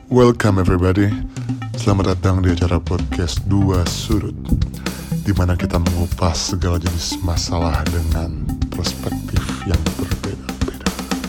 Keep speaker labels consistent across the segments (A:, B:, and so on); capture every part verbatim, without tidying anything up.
A: Welcome everybody. Selamat datang di acara podcast Dua Sudut, di mana kita mengupas segala jenis masalah dengan perspektif yang berbeda-beda.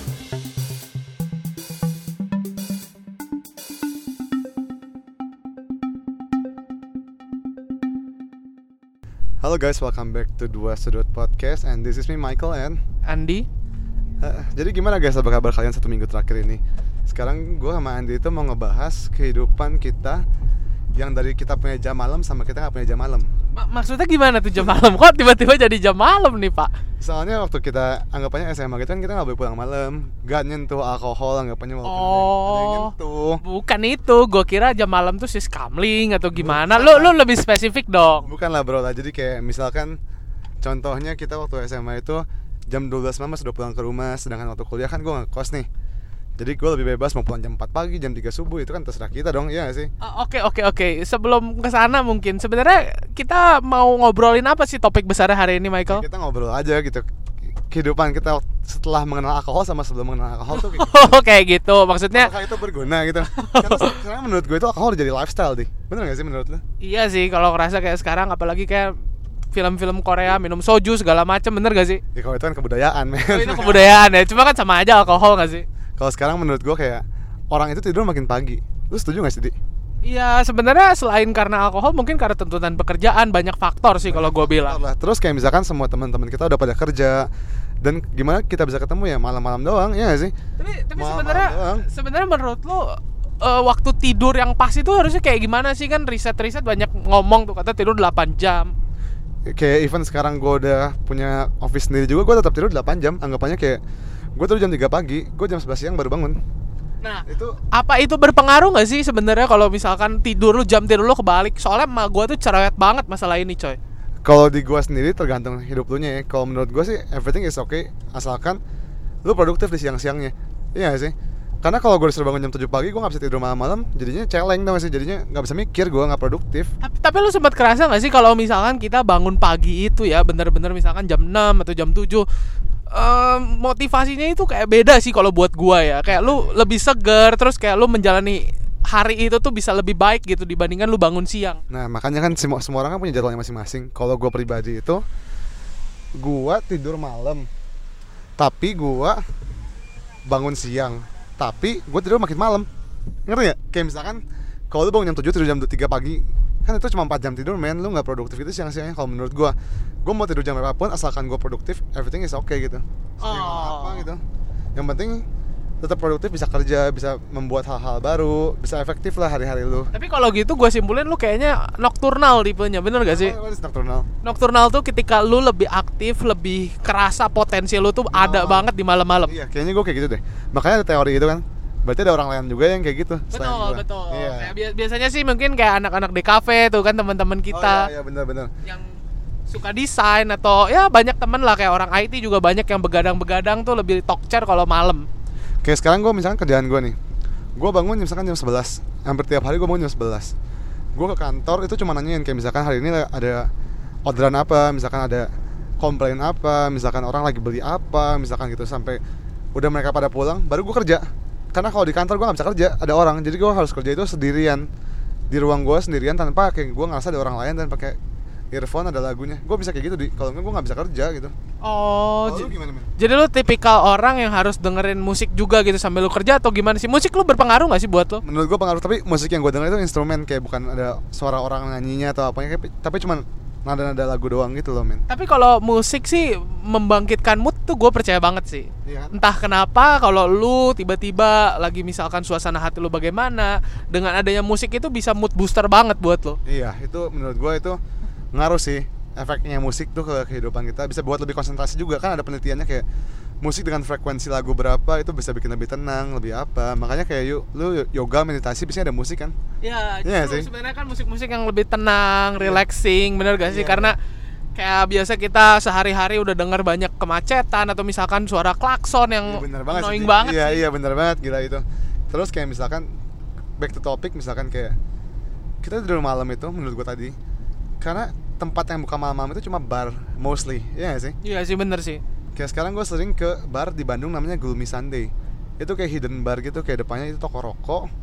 B: Halo guys, welcome back to Dua Sudut Podcast, and this is me Michael and
C: Andi.
B: uh, Jadi gimana guys kabar kalian satu minggu terakhir ini? Sekarang gue sama Andi itu mau ngebahas kehidupan kita yang dari kita punya jam malam sama kita gak punya jam malam.
C: M- Maksudnya gimana tuh jam malam? Kok tiba-tiba jadi jam malam nih pak?
B: Soalnya waktu kita anggapannya S M A gitu kan kita gak boleh pulang malam, gak nyentuh alkohol anggapannya walaupun
C: Oh,
B: ada yang nyentuh.
C: bukan itu, gue kira jam malam tuh sis kamling atau gimana. Lu lu lebih spesifik dong.
B: Bukan lah bro lah, jadi kayak misalkan contohnya kita waktu S M A itu jam dua belas malam sudah pulang ke rumah, sedangkan waktu kuliah kan gue ngekos nih. Jadi gue lebih bebas mau pulang jam empat pagi, jam tiga subuh, itu kan terserah kita dong, iya gak sih?
C: Oke oke oke. Sebelum kesana mungkin sebenarnya kita mau ngobrolin apa sih topik besar hari ini, Michael?
B: Kita ngobrol aja gitu, kehidupan kita setelah mengenal alkohol sama sebelum mengenal alkohol tuh kayak gitu.
C: Oh kayak gitu, maksudnya.
B: Apakah itu berguna gitu? Karena sekarang menurut gue itu alkohol udah jadi lifestyle deh. Bener gak sih menurut lo?
C: Iya sih, kalau ngerasa kayak sekarang apalagi kayak film-film Korea minum soju segala macam, bener gak sih?
B: Ya kalau itu kan kebudayaan men.
C: Oh, itu kebudayaan ya, cuma kan sama aja alkohol gak sih?
B: Kalau sekarang menurut gue kayak orang itu tidur makin pagi. Lu setuju gak sih, Di?
C: Iya, sebenarnya selain karena alkohol mungkin karena tuntutan pekerjaan, banyak faktor sih kalau gue bilang.
B: Terus kayak misalkan semua teman-teman kita udah pada kerja, dan gimana kita bisa ketemu ya malam-malam doang, ya gak sih?
C: Tapi tapi
B: Malam-malam
C: sebenarnya
B: doang.
C: sebenarnya menurut lo uh, waktu tidur yang pas itu harusnya kayak gimana sih? Kan riset-riset banyak ngomong tuh kata tidur delapan jam.
B: Kayak even sekarang gue udah punya office sendiri juga, gue tetap tidur delapan jam. Anggapannya kayak gue tidur jam tiga pagi, gue jam sebelas siang baru bangun.
C: Nah,
B: Itu
C: apa itu berpengaruh nggak sih sebenarnya kalau misalkan tidur lu jam tidur lu kebalik? Soalnya emak gue tuh cerewet banget masalah ini, coy.
B: kalau di gue sendiri tergantung hidup lu nya ya. Kalau menurut gue sih everything is okay asalkan lu produktif di siang-siangnya. Iya gak sih? Karena kalau gue disuruh bangun jam tujuh pagi, gue gak bisa tidur malam-malam, jadinya celeng tau gak sih? Jadinya gak bisa mikir, gue gak produktif.
C: Tapi, tapi lu sempat kerasa nggak sih kalau misalkan kita bangun pagi itu ya bener-bener misalkan jam enam atau jam tujuh, um, motivasinya itu kayak beda sih kalau buat gua ya. Kayak lu lebih seger, terus kayak lu menjalani hari itu tuh bisa lebih baik gitu dibandingkan lu bangun siang.
B: Nah makanya kan semua, semua orang kan punya jadwalnya masing-masing. Kalau gue pribadi itu, gue tidur malam, tapi gue bangun siang, tapi gue tidur makin malam. Ngerti gak? Kayak misalkan kalau lu bangun jam tujuh tidur jam tiga pagi, kan itu cuma empat jam tidur men, lu gak produktif itu siang-siangnya. Kalau menurut gue, gue mau tidur jam berapapun asalkan gue produktif, everything is okay gitu. Kayak
C: Oh.
B: apa gitu. Yang penting tetap produktif, bisa kerja, bisa membuat hal-hal baru, bisa efektif lah hari-hari lu.
C: Tapi kalau gitu gua simpulin lu kayaknya nocturnal tipenya, bener gak sih?
B: What is nocturnal?
C: Nocturnal tuh ketika lu lebih aktif, lebih kerasa potensi lu tuh ada
B: Oh.
C: banget di malam-malam.
B: Iya, kayaknya gue kayak gitu deh. Makanya ada teori itu kan. Berarti ada orang lain juga yang kayak gitu. selain
C: Betul,
B: gua.
C: betul.
B: Iya.
C: Kayak bi- biasanya sih mungkin kayak anak-anak di kafe tuh kan teman-teman kita.
B: Oh iya, iya benar-benar.
C: Yang suka desain atau ya banyak temen lah kayak orang I T juga banyak yang begadang-begadang tuh lebih tokcer kalau malam.
B: Kayak sekarang gue misalkan kerjaan gue nih, gue bangun misalkan jam sebelas, hampir tiap hari gue bangun jam sebelas. Gue ke kantor itu cuma nanyain kayak misalkan hari ini ada orderan apa, misalkan ada komplain apa, misalkan orang lagi beli apa, misalkan gitu, sampai udah mereka pada pulang baru gue kerja. Karena kalau di kantor gue nggak bisa kerja, ada orang, jadi gue harus kerja itu sendirian di ruang gue sendirian tanpa kayak gue ngerasa ada orang lain dan pakai earphone ada lagunya. Gue bisa kayak gitu, di kalau enggak gue nggak bisa kerja gitu.
C: Oh,
B: Kalau
C: j-
B: lu gimana men?
C: jadi lu tipikal orang yang harus dengerin musik juga gitu sambil lu kerja atau gimana sih? Musik lu berpengaruh gak sih buat lu?
B: Menurut gue pengaruh, tapi musik yang gue denger itu instrumen, kayak bukan ada suara orang nyanyinya atau apanya, kayak, tapi cuman nada-nada lagu doang gitu loh men.
C: Tapi kalau musik sih membangkitkan mood tuh gue percaya banget sih.
B: Iya.
C: Entah kenapa kalau lu tiba-tiba lagi misalkan suasana hati lu bagaimana, dengan adanya musik itu bisa mood booster banget buat lu.
B: Iya, itu menurut gue itu ngaruh sih. Efeknya musik tuh ke kehidupan kita bisa buat lebih konsentrasi juga. Kan ada penelitiannya kayak musik dengan frekuensi lagu berapa itu bisa bikin lebih tenang, lebih apa. Makanya kayak yuk, lu yoga, meditasi biasanya ada musik kan.
C: Ya,
B: Iya
C: justru
B: sih.
C: sebenarnya kan musik-musik yang lebih tenang, relaxing, bener gak sih?
B: Iya.
C: Karena kayak biasa kita sehari-hari udah denger banyak kemacetan atau misalkan suara klakson yang
B: Iya, bener banget
C: annoying
B: sih.
C: banget
B: Iya,
C: sih.
B: iya bener banget, gila itu. Terus kayak misalkan back to topic, misalkan kayak kita tidur malam itu menurut gue tadi, karena tempat yang buka malam-malam itu cuma bar mostly, iya gak sih?
C: Iya sih, bener sih.
B: Kayak sekarang gue sering ke bar di Bandung namanya Gloomy Sunday. Itu kayak hidden bar gitu, kayak depannya itu toko rokok.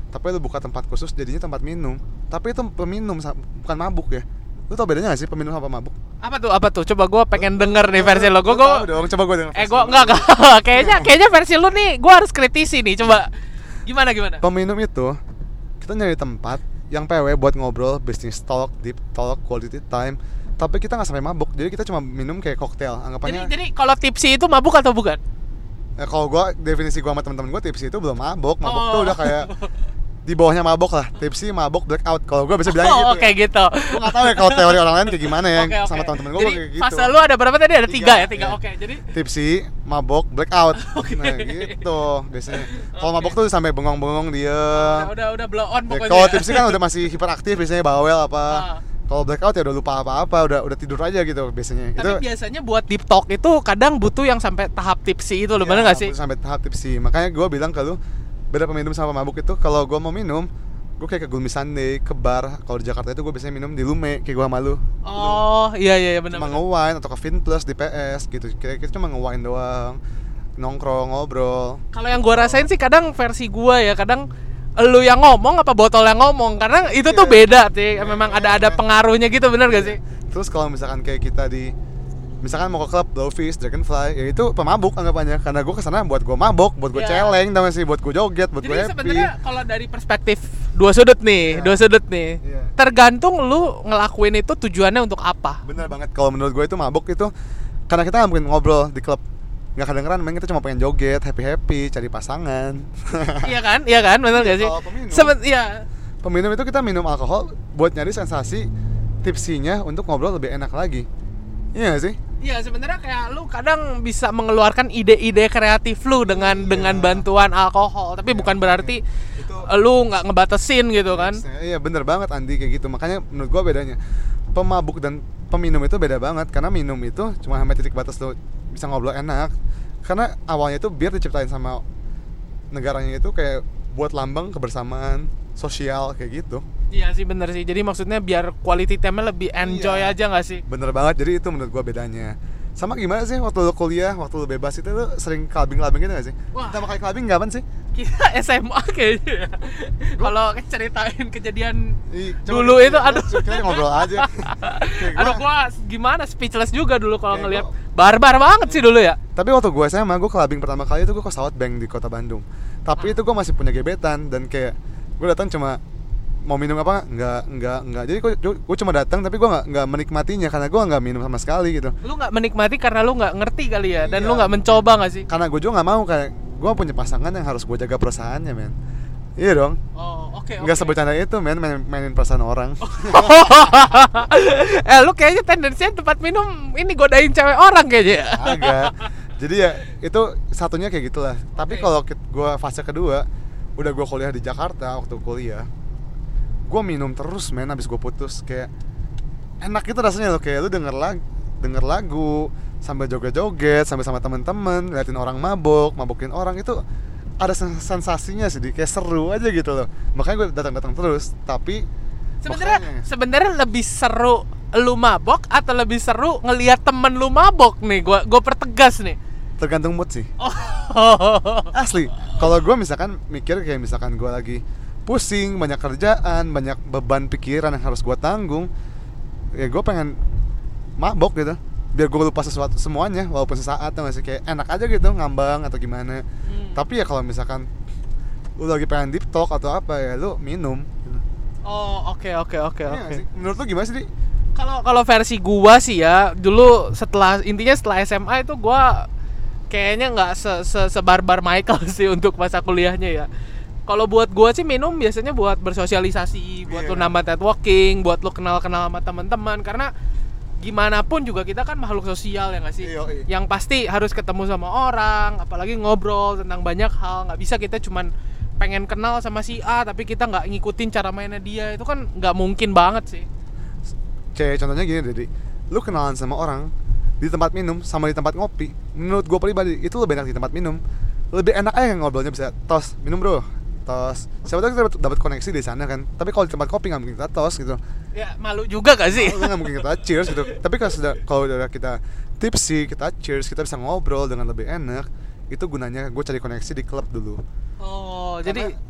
B: tapi lu buka tempat khusus jadinya tempat minum, tapi itu peminum bukan mabuk ya. Lu tau bedanya gak sih peminum sama mabuk?
C: Apa tuh? Apa tuh? Coba gue pengen denger nih versi lo. Gue gue
B: dong, coba gue denger.
C: Eh gue enggak enggak. kayaknya kayaknya versi lu nih gue harus kritisi nih. Coba gimana gimana?
B: Peminum itu kita nyari tempat yang P W buat ngobrol, business talk, deep talk, quality time. Tapi kita nggak sampai mabuk, jadi kita cuma minum kayak koktail. Anggapannya.
C: Jadi jadi kalau tipsi itu mabuk atau bukan?
B: Ya kalau gue definisi gue sama teman-teman gue tipsi itu belum mabuk. Mabuk
C: Oh.
B: tuh udah kayak di bawahnya mabuk lah. Tipsi, mabuk, blackout. Kalau gue bisa bilang
C: Oh,
B: gitu.
C: kayak
B: ya.
C: gitu.
B: Gue nggak tahu ya kalau teori orang lain kayak gimana ya.
C: Oke, oke.
B: Sama teman-teman gue
C: Jadi
B: kayak gitu.
C: fase lu ada berapa tadi? Ada tiga,
B: Tiga,
C: ya? Tiga.
B: iya.
C: Oke. Jadi
B: Tipsi, mabuk, blackout. Nah gitu biasanya. Kalau
C: Oke.
B: mabuk tuh sampai bengong-bengong dia.
C: udah udah udah blow on
B: Ya,
C: pokoknya.
B: kalau tipsi kan udah masih hiperaktif biasanya bawel apa.
C: Ah.
B: Kalau blackout ya udah lupa apa-apa, udah udah tidur aja gitu biasanya.
C: Tapi biasanya buat deep talk itu kadang butuh yang sampai tahap tipsi itu, lo
B: ya,
C: bener gak sih?
B: sampai tahap tipsi. Makanya gue bilang ke lu, beda peminum sama mabuk itu, kalau gue mau minum, gue kayak ke Gulmi Sunday, ke bar. Kalau di Jakarta itu gue biasanya minum di Lume, kayak gue sama lu.
C: Oh, iya iya iya benar.
B: Cuma nge-wine atau ke Vinplus di P S gitu. Kayak kita cuma nge-wine doang, nongkrong, ngobrol.
C: Kalau yang gua rasain sih kadang versi gua ya, kadang lu yang ngomong apa botol yang ngomong, karena itu tuh
B: Iya.
C: beda sih.
B: Iya,
C: Memang
B: iya,
C: ada ada
B: iya.
C: pengaruhnya gitu, bener gak sih?
B: Terus kalau misalkan kayak kita di misalkan mau ke klub Blowfish, Dragonfly, ya itu pemabuk anggapannya. Karena gue kesana buat gue mabuk, buat gue
C: Iya.
B: celeng, tau gak sih, buat gue joget, buat gue
C: Jadi
B: happy.
C: sebenarnya kalau dari perspektif dua sudut nih,
B: Iya.
C: dua sudut nih.
B: Iya.
C: Tergantung lu ngelakuin itu tujuannya untuk apa.
B: Bener banget, kalau menurut gue itu mabuk itu karena kita nggak mungkin ngobrol di klub, nggak kedengeran, main kita cuma pengen joget, happy happy, cari pasangan.
C: Iya kan? Iya kan? Bener gak sih?
B: Kalau peminum.
C: Seben- iya.
B: Peminum itu kita minum alkohol buat nyari sensasi tipsinya untuk ngobrol lebih enak lagi. Iya gak sih?
C: Iya, sebenarnya kayak lu kadang bisa mengeluarkan ide-ide kreatif lu dengan
B: Iya.
C: dengan bantuan alkohol, tapi bukan berarti
B: Itu
C: lu nggak ngebatasin gitu kan.
B: Iya bener banget Andi, kayak gitu. Makanya menurut gua bedanya pemabuk dan peminum itu beda banget. Karena minum itu cuma sampai titik batas lu bisa ngobrol enak. Karena awalnya itu bir diciptain sama negaranya itu kayak buat lambang kebersamaan sosial kayak gitu.
C: Iya sih bener sih. Jadi maksudnya biar quality time-nya lebih enjoy
B: Iya.
C: aja nggak sih?
B: Bener banget, jadi itu menurut gua bedanya. Sama gimana sih waktu lu kuliah, waktu lu bebas itu lu sering clubbing-clubbing gitu gak sih?
C: Wah.
B: Pertama kali clubbing kapan sih?
C: Kita S M A kayaknya ya. Kalau ceritain kejadian
B: Ih,
C: dulu
B: coba-
C: itu aduh.
B: Kita ngobrol aja. Kayak
C: Aduh
B: gua-
C: gua gimana speechless juga dulu kalau
B: Kayak
C: ngelihat
B: gua-
C: barbar banget sih dulu ya.
B: Tapi waktu gue S M A, gue clubbing pertama kali itu gue ke South Bank di kota Bandung. Tapi itu gue masih punya gebetan dan kayak gue datang cuma mau minum apa nggak nggak nggak jadi gue gue cuma datang tapi gue nggak nggak menikmatinya karena gue nggak minum sama sekali gitu.
C: Lu nggak menikmati karena lu nggak ngerti kali ya, dan
B: Iya.
C: lu nggak mencoba nggak sih?
B: Karena gue juga nggak mau, kayak gue punya pasangan yang harus gue jaga perasaannya, men. Iya dong.
C: Oh oke.
B: Nggak
C: oke.
B: sebercanda itu, men, main, mainin perasaan orang.
C: eh lu kayaknya tendensinya tempat minum ini godain cewek orang kayaknya.
B: Agak. Jadi ya itu satunya kayak gitulah. Tapi
C: Oke.
B: kalau gue fase kedua, udah gue kuliah di Jakarta waktu kuliah, gue minum terus, men, abis gue putus. Kayak enak gitu rasanya loh, kayak lu denger lagu, denger lagu sambil joget-joget, sambil sama temen-temen, liatin orang mabok, mabokin orang, itu ada sen- sensasinya sih, Di. Kayak seru aja gitu loh. Makanya gue datang-datang terus. Tapi
C: Sebenarnya
B: makanya-
C: sebenarnya lebih seru lu mabok atau lebih seru ngelihat temen lu mabok nih? Gua gua pertegas nih.
B: tergantung mood sih.
C: Oh.
B: Asli, kalau gue misalkan mikir kayak misalkan gue lagi pusing, banyak kerjaan, banyak beban pikiran yang harus gue tanggung, ya gue pengen mabok gitu, biar gue lupa sesuatu semuanya, walaupun sesaat, tuh masih kayak enak aja gitu, ngambang atau gimana.
C: Hmm.
B: Tapi ya kalau misalkan lu lagi pengen deep talk atau apa, ya lu minum. Gitu.
C: Oh, oke oke oke
B: Iya
C: oke.
B: nggak sih? Menurut lu gimana sih, Di?
C: Kalau kalau versi gua sih ya, dulu setelah intinya setelah S M A itu gua kayaknya nggak se, se sebarbar Michael sih untuk masa kuliahnya ya. Kalau buat gua sih minum biasanya buat bersosialisasi, buat
B: Iya.
C: lu nambah networking, buat lu kenal-kenal sama teman-teman, karena gimana pun juga kita kan makhluk sosial ya nggak sih?
B: Iya, iya.
C: Yang pasti harus ketemu sama orang, apalagi ngobrol tentang banyak hal. Nggak bisa kita cuman pengen kenal sama si A tapi kita nggak ngikutin cara mainnya dia, itu kan nggak mungkin banget sih.
B: Kayak contohnya gini, Dedi, lu kenalan sama orang di tempat minum sama di tempat ngopi, menurut gue pribadi itu lebih enak di tempat minum. Lebih enak aja ngobrolnya, bisa tos, minum bro, tos. Siapa tahu kita dapat- dapat koneksi di sana kan. Tapi kalau di tempat kopi nggak mungkin kita tos gitu.
C: Ya malu juga gak sih?
B: Kalau nggak mungkin kita cheers gitu. Tapi kalau sudah kalau udah kita tipsy, kita cheers, kita bisa ngobrol dengan lebih enak. Itu gunanya gue cari koneksi di klub dulu.
C: Oh, jadi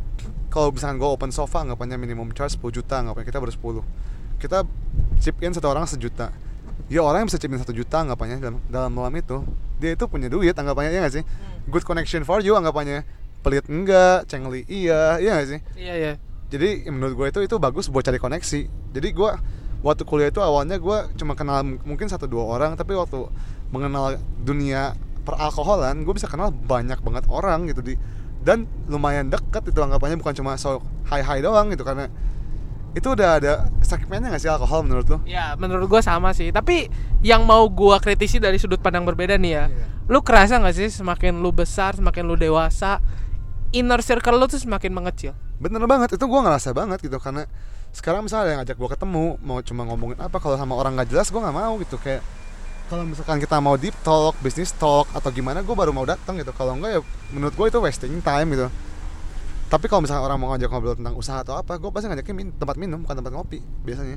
B: kalau misalkan gue open sofa anggapannya minimum charge sepuluh juta, anggapannya kita baru sepuluh, kita chip in satu orang sejuta. Ya orang yang bisa chip in satu juta anggapannya dalam, dalam malam itu, dia itu punya duit anggapannya, ya gak sih? Good connection for you anggapannya. Pelit enggak, cengli iya, iya gak sih?
C: Iya, iya.
B: Jadi menurut gue itu itu bagus buat cari koneksi. Jadi gue waktu kuliah itu awalnya gue cuma kenal mungkin satu dua orang, tapi waktu mengenal dunia peralkoholan gue bisa kenal banyak banget orang gitu di, dan lumayan dekat itu anggapannya, bukan cuma so high high doang gitu, karena itu udah ada segmennya nggak sih alkohol menurut lo?
C: Ya menurut gue sama sih, tapi yang mau gue kritisi dari sudut pandang berbeda nih ya,
B: Iya.
C: lu kerasa nggak sih semakin lu besar, semakin lu dewasa, inner circle lu tuh semakin mengecil?
B: Bener banget, itu gue ngerasa banget gitu, karena sekarang misalnya ada yang ngajak gue ketemu mau cuma ngomongin apa, kalau sama orang nggak jelas gue nggak mau gitu. Kayak kalau misalkan kita mau deep talk, business talk atau gimana, gue baru mau datang gitu. Kalau enggak ya menurut gue itu wasting time gitu. Tapi kalau misalkan orang mau ngajak ngobrol tentang usaha atau apa, gue pasti ngajakin min- tempat minum, bukan tempat ngopi biasanya.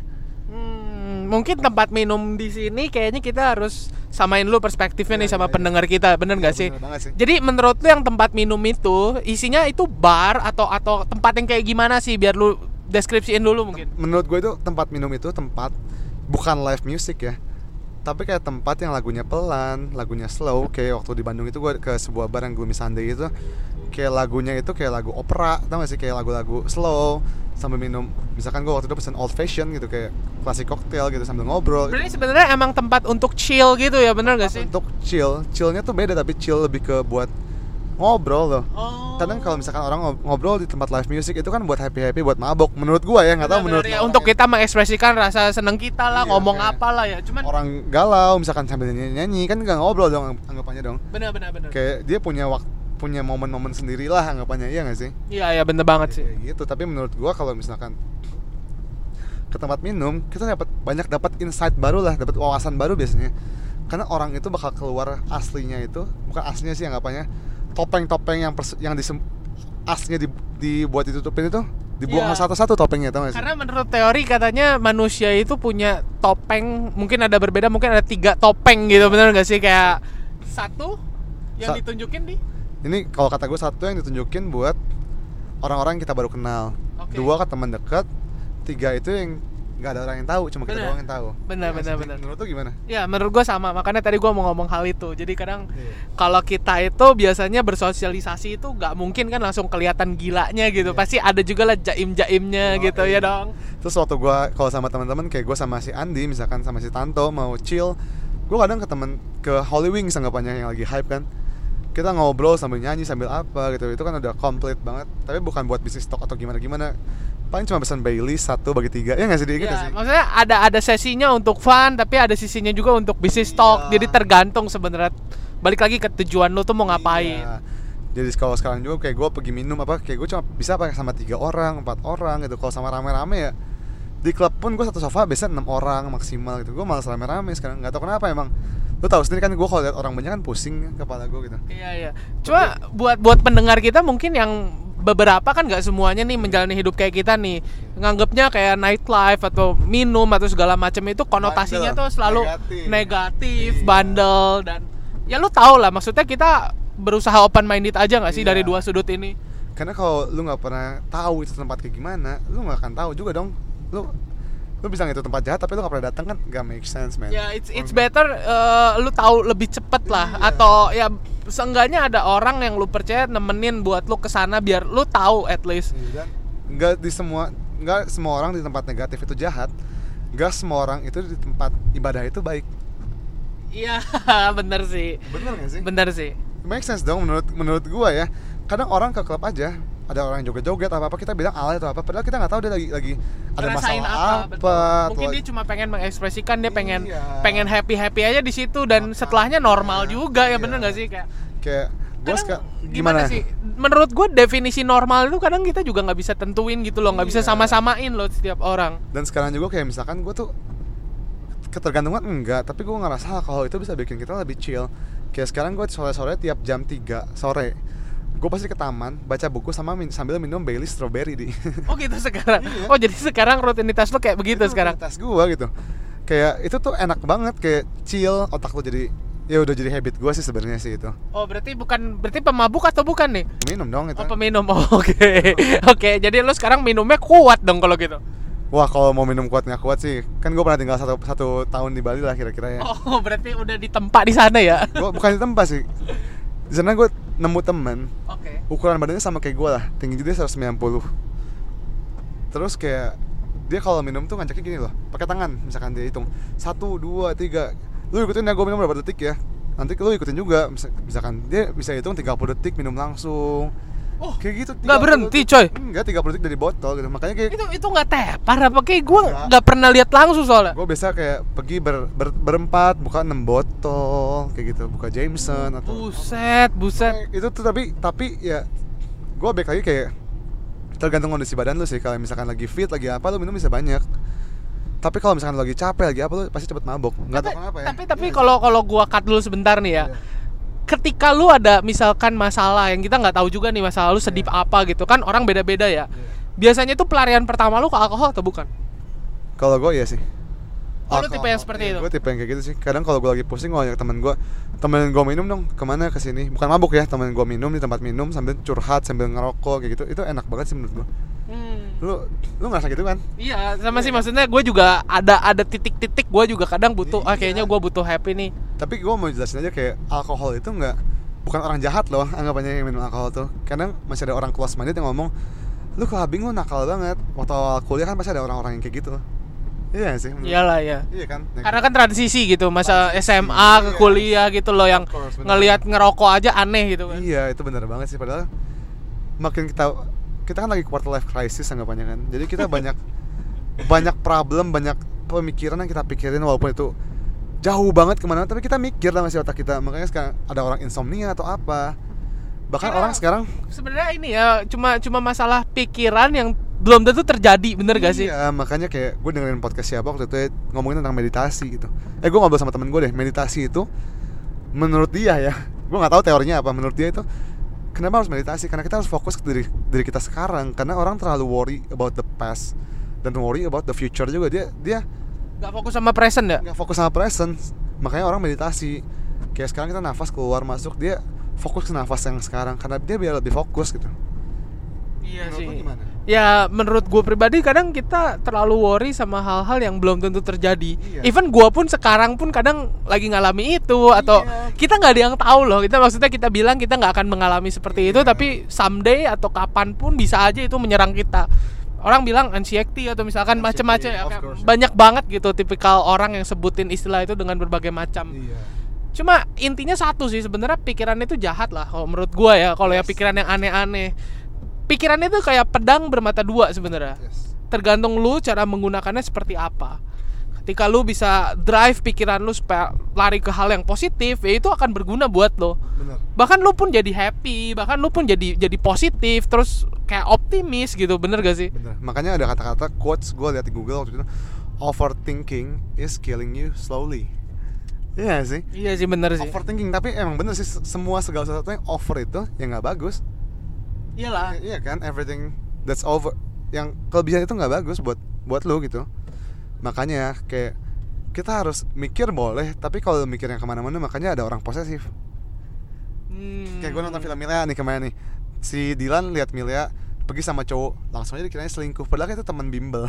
C: Hmm, mungkin tempat minum di sini kayaknya kita harus samain lu perspektifnya
B: Iya,
C: nih sama
B: iya, iya.
C: pendengar kita, bener nggak sih?
B: Bener banget sih.
C: Jadi menurut lu yang tempat minum itu isinya itu bar atau atau tempat yang kayak gimana sih, biar lu deskripsiin dulu mungkin.
B: Menurut gue itu tempat minum itu tempat bukan live music ya, tapi kayak tempat yang lagunya pelan, lagunya slow. Kayak waktu di Bandung itu gue ke sebuah bar yang Gloomy Sunday itu, kayak lagunya itu kayak lagu opera, tau gak sih, kayak lagu-lagu slow sambil minum. Misalkan gue waktu itu pesen old fashion gitu, kayak klasik cocktail gitu sambil ngobrol.
C: Berarti sebenarnya emang tempat untuk chill gitu ya, bener gak sih?
B: Untuk chill, chillnya tuh beda, tapi chill lebih ke buat ngobrol loh.
C: Oh.
B: Kadang kalau misalkan orang ngob- ngobrol di tempat live music itu kan buat happy-happy, buat mabok. Menurut gua ya, nggak tahu menurut
C: ya,
B: orang
C: untuk
B: ya.
C: kita mengekspresikan rasa seneng kita lah,
B: Iya,
C: ngomong
B: kayak
C: apa lah ya. Cuman
B: Orang galau misalkan sambil nyanyi-nyanyi kan nggak ngobrol dong anggapannya dong.
C: bener bener bener.
B: Kayak dia punya waktu, punya momen-momen sendiri lah anggapannya, iya nggak sih?
C: Iya iya bener banget sih.
B: Kayak gitu. Tapi menurut gua kalau misalkan ke tempat minum, kita dapat banyak dapat insight baru lah, dapat wawasan baru biasanya. Karena orang itu bakal keluar aslinya itu, bukan aslinya sih anggapannya, topeng-topeng yang pers- yang disem- aslinya di- dibuat ditutupin itu dibuang
C: Iya.
B: satu-satu topengnya, tau gak sih?
C: Karena menurut teori katanya manusia itu punya topeng, mungkin ada berbeda, mungkin ada tiga topeng gitu, bener gak sih? Kayak satu yang
B: Sa-
C: ditunjukin di
B: Ini kalau kata gue satu yang ditunjukin buat orang-orang yang kita baru kenal,
C: Oke.
B: dua ke teman dekat, tiga itu yang nggak ada orang yang tahu, cuma kita
C: Bener.
B: doang yang tahu.
C: Bener,
B: Iya,
C: bener,
B: sih.
C: bener.
B: Menurut lu gimana?
C: Ya menurut gua sama, makanya tadi gua mau ngomong hal itu. Jadi kadang
B: Iya.
C: kalau kita itu biasanya bersosialisasi itu nggak mungkin kan langsung kelihatan gilanya gitu.
B: Iya.
C: Pasti ada juga lah jaim-jaimnya
B: Oh,
C: gitu
B: iya.
C: ya dong.
B: Terus waktu gue kalau sama teman-teman kayak gue sama si Andi, misalkan sama si Tanto mau chill, gue kadang ke temen ke Holy Wings anggapannya yang lagi hype kan. Kita ngobrol sambil nyanyi sambil apa gitu, itu kan udah komplit banget. Tapi bukan buat bisnis talk atau gimana-gimana. Paling cuma pesan Bailey satu bagi tiga, ya nggak sih, gitu
C: Ya,
B: sih.
C: maksudnya ada ada sesinya untuk fun, tapi ada sisinya juga untuk bisnis talk.
B: Iya.
C: Jadi tergantung sebenarnya. Balik lagi ke tujuan lu tuh mau ngapain.
B: Iya. Jadi kalau sekarang juga kayak gue pergi minum apa, kayak gue cuma bisa pakai sama tiga orang, empat orang gitu. Kalau sama rame-rame ya di klub pun gue satu sofa biasanya enam orang maksimal gitu. Gue malas rame-rame sekarang, nggak tahu kenapa emang. Lu tahu sendiri kan, gue kalau lihat orang banyak kan pusing kepala gue gitu.
C: Iya iya. Cuma buat buat pendengar kita mungkin yang beberapa kan nggak semuanya nih menjalani hidup kayak kita nih, nganggapnya kayak nightlife atau minum atau segala macam itu konotasinya
B: Bandel,
C: tuh selalu
B: negatif.
C: negatif,
B: Iya.
C: bandel, dan ya lu tau lah, maksudnya kita berusaha open minded aja nggak sih
B: Iya.
C: dari dua sudut ini.
B: Karena kalau lu nggak pernah tahu itu tempat kayak gimana, lu nggak akan tahu juga dong. Lu lu bisa itu tempat jahat tapi lu nggak pernah datang kan, nggak make sense, man.
C: Ya it's it's better uh, lu tahu lebih cepet lah,
B: Iya.
C: atau ya seenggaknya ada orang yang lu percaya nemenin buat lu kesana biar lu tahu at least.
B: Dan nggak di semua nggak semua orang di tempat negatif itu jahat, nggak semua orang itu di tempat ibadah itu baik.
C: Iya bener sih,
B: Bener nggak sih?
C: bener sih.
B: Make sense dong menurut menurut gua ya. Kadang orang ke klub aja, ada orang yang joget-joget apa apa, kita bilang alay atau apa, padahal kita nggak tahu dia lagi lagi ada
C: Ngerasain
B: masalah
C: apa,
B: apa,
C: betul. Mungkin
B: atau-
C: dia cuma pengen mengekspresikan, dia pengen
B: Iya.
C: pengen happy happy aja di situ, dan
B: Makanya.
C: setelahnya normal juga ya,
B: Iya.
C: bener nggak sih? Kayak
B: kayak gua
C: kadang
B: suka
C: gimana sih? Menurut gue definisi normal itu kadang kita juga nggak bisa tentuin gitu loh, nggak bisa
B: Iya.
C: sama-samain loh setiap orang.
B: Dan sekarang juga kayak misalkan gua tuh ketergantungan enggak, tapi gue ngerasa kalau itu bisa bikin kita lebih chill. Kayak sekarang gue sore-sore tiap jam tiga sore gue pasti ke taman baca buku sama min- sambil minum Bailey strawberry di.
C: Oh gitu sekarang.
B: Iya.
C: Oh jadi sekarang rutinitas lo kayak begitu sekarang.
B: Tas gue gitu. Kayak itu tuh enak banget, kayak chill, otak lu jadi ya udah jadi habit gue sih sebenarnya sih itu.
C: Oh, berarti bukan berarti pemabuk atau bukan nih?
B: Minum dong itu.
C: Oh, peminum. Oh, oke. Oke, jadi lu sekarang minumnya kuat dong kalau gitu.
B: Wah, kalau mau minum kuat nggak kuat sih, kan gue pernah tinggal satu satu tahun di Bali lah kira-kira ya.
C: Oh, berarti udah ditempa di sana ya?
B: Gue bukan di tempat sih. Di sana gue nemu temen,
C: Oke.
B: ukuran badannya sama kayak gue lah, tinggi dia seratus sembilan puluh. Terus kayak dia kalau minum tuh ngajaknya gini loh, pakai tangan, misalkan dia hitung satu, dua, tiga. Lu ikutin ya gue minum berapa detik ya. Nanti lu ikutin juga, misalkan dia bisa hitung tiga puluh detik minum langsung.
C: Oh,
B: kayak gitu.
C: nggak berhenti coy?
B: Enggak, tiga puluh detik dari botol gitu. Makanya kayak
C: Itu itu nggak tepar apa? Kayak gue
B: Nggak.
C: nggak pernah lihat langsung soalnya.
B: gue biasa kayak pergi ber, ber, berempat buka enam botol kayak gitu, buka Jameson atau
C: Buset, buset.
B: itu tuh. tapi tapi ya gue baik lagi kayak tergantung kondisi badan lu sih. Kalau misalkan lagi fit lagi apa lu minum bisa banyak, tapi kalau misalkan lu lagi capek lagi apa lu pasti cepet mabok, nggak tahu kenapa ya.
C: Tapi tapi
B: Iya
C: kalau kalau gua cut dulu sebentar nih ya.
B: Iya.
C: Ketika lu ada misalkan masalah yang kita nggak tahu juga nih masalah lu sedih
B: Iya.
C: apa gitu kan, orang beda-beda ya.
B: Iya.
C: Biasanya itu pelarian pertama lu ke alkohol atau bukan?
B: Kalau gue iya sih.
C: Oh, lu tipe yang seperti itu?
B: Gue tipe yang kayak gitu sih. Kadang kalau gue lagi pusing gue ajak temen gue, temen gue minum dong, kemana kesini. Bukan mabuk ya, temen gue minum di tempat minum sambil curhat sambil ngerokok kayak gitu. Itu enak banget sih menurut gue.
C: Hmm.
B: Lu lu ngerasa gitu kan?
C: Iya, sama sih maksudnya gue juga ada ada titik-titik gue juga kadang butuh ah
B: Iya.
C: kayaknya gue butuh happy nih.
B: Tapi gue mau jelasin aja kayak alkohol itu nggak, bukan orang jahat loh anggapannya yang minum alkohol tuh. Kadang masih ada orang close minded yang ngomong, lu kalau habing lu nakal banget. Waktu awal kuliah kan pasti ada orang-orang yang kayak gitu. Iya sih. menurut-
C: Iyalah ya.
B: Iya kan. Ya,
C: Karena kan transisi gitu, masa S
B: Transisi,
C: M A ke
B: iya.
C: kuliah gitu loh yang
B: Of course, bener.
C: ngelihat ngerokok aja aneh gitu kan.
B: Iya itu benar banget sih. Padahal makin kita kita kan lagi quarter life crisis anggapannya kan. Jadi kita banyak banyak problem, banyak pemikiran yang kita pikirin walaupun itu jauh banget kemana, tapi kita mikir lah masih otak kita. Makanya sekarang ada orang insomnia atau apa. Bahkan
C: Karena
B: orang sekarang
C: sebenarnya ini ya cuma cuma masalah pikiran yang belum tentu terjadi, bener gak sih?
B: Iya, makanya kayak gue dengerin podcast siapa waktu itu ya, ngomongin tentang meditasi gitu. Eh gue ngobrol sama temen gue deh, meditasi itu menurut dia ya, gue nggak tahu teorinya apa. Menurut dia itu kenapa harus meditasi? Karena kita harus fokus ke diri diri kita sekarang. Karena orang terlalu worry about the past dan worry about the future juga. Dia dia
C: Gak fokus sama present ya?
B: nggak fokus sama present. Makanya orang meditasi. Kayak sekarang kita nafas keluar masuk, dia fokus ke nafas yang sekarang karena dia biar lebih fokus gitu.
C: Iya
B: Menurut
C: sih.
B: lu gimana?
C: Ya menurut gue pribadi kadang kita terlalu worry sama hal-hal yang belum tentu terjadi.
B: Iya.
C: Even gue pun sekarang pun kadang lagi ngalami itu atau
B: Iya.
C: kita nggak ada yang tahu loh. Kita maksudnya kita bilang kita nggak akan mengalami seperti itu,
B: Iya.
C: tapi someday atau kapan pun bisa aja itu menyerang kita. Orang bilang anxiety atau misalkan
B: Anxiety,
C: macam-macam ya,
B: of
C: kayak
B: course.
C: banyak banget gitu tipikal orang yang sebutin istilah itu dengan berbagai macam.
B: Iya.
C: Cuma intinya satu sih, sebenarnya pikiran itu jahat lah kalau menurut gua ya. Kalau ya
B: Yes.
C: pikiran yang aneh-aneh, pikiran itu kayak pedang bermata dua sebenarnya.
B: Yes.
C: Tergantung lu cara menggunakannya seperti apa. Ketika lu bisa drive pikiran lu supaya lari ke hal yang positif, ya itu akan berguna buat lo.
B: Benar.
C: Bahkan lu pun jadi happy, bahkan lu pun jadi jadi positif, terus kayak optimis gitu, bener gak sih?
B: Bener. Makanya ada kata-kata quotes gue lihat di Google waktu itu, overthinking is killing you slowly. Iya sih.
C: Iya sih, bener sih.
B: Overthinking, tapi emang bener sih semua segala sesuatu yang over itu yang nggak bagus.
C: Iyalah.
B: I- iya kan, everything that's over yang kelebihan itu nggak bagus buat buat lu gitu. Makanya kayak kita harus mikir boleh, tapi kalau mikirnya kemana-mana makanya ada orang posesif.
C: Hmm.
B: Kayak gue nonton film Milea nih kemarin nih, si Dylan lihat Milea pergi sama cowok, langsung aja dikiranya selingkuh, padahal itu teman bimbel.